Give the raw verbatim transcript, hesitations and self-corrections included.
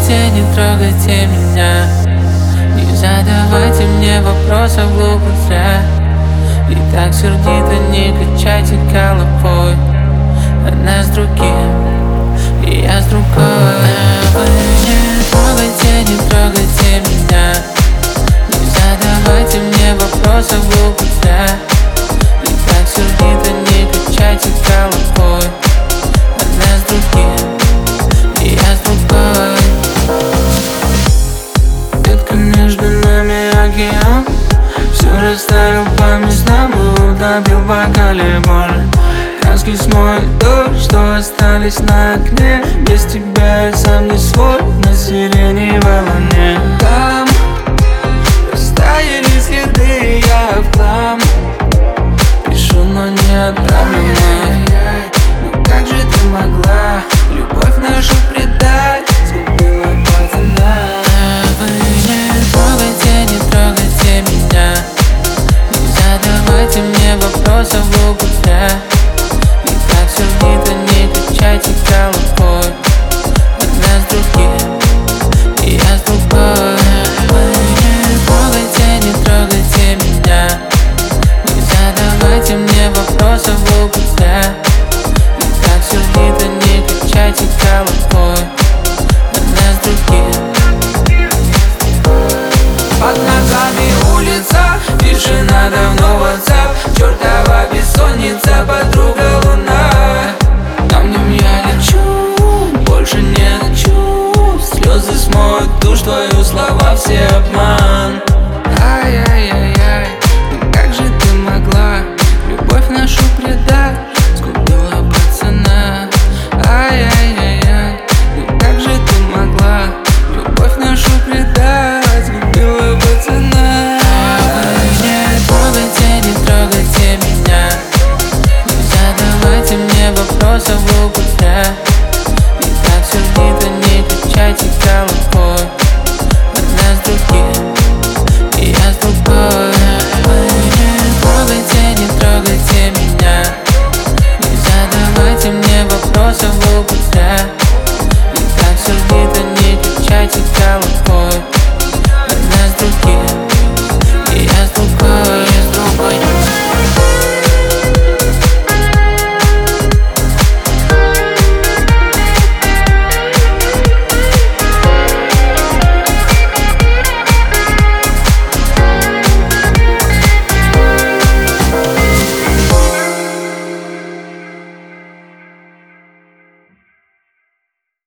трогайте, не трогайте меня. Не задавайте мне вопросов глупых зря. И так сердито не качайте головой. Она с другим, и я с другой. Вы не трогайте, не трогайте меня. Не задавайте мне вопросов глупых зря. И так сердито не качайте головой. Она с другим, и я с другой. Детка, между нами океан. Все расставил по местам и утопил в бокале боль. Краски смоет дождь, что остались на окне. Без тебя я сам не свой, на сиреневой волне. Там растаяли следы, я в хлам. Пишу, но не отправлено. Ну как же ты могла любовь нашу предать? Сгубила пацана. Вы не трогайте, не трогайте меня. Не задавайте мне вопросов глупых зря. И так сердито не качайте головой. Одна с другим, и я с другой. Вы не трогайте, не трогайте меня. Не задавайте мне вопросов глупых зря. И так сердито не качайте головой. Одна с другим. Под ногами улица, тишина давно в WhatsApp. Чертова бессонница, подруга луна. На нем я лечу, больше не хочу. Слезы смоют душ, твою слова все обман.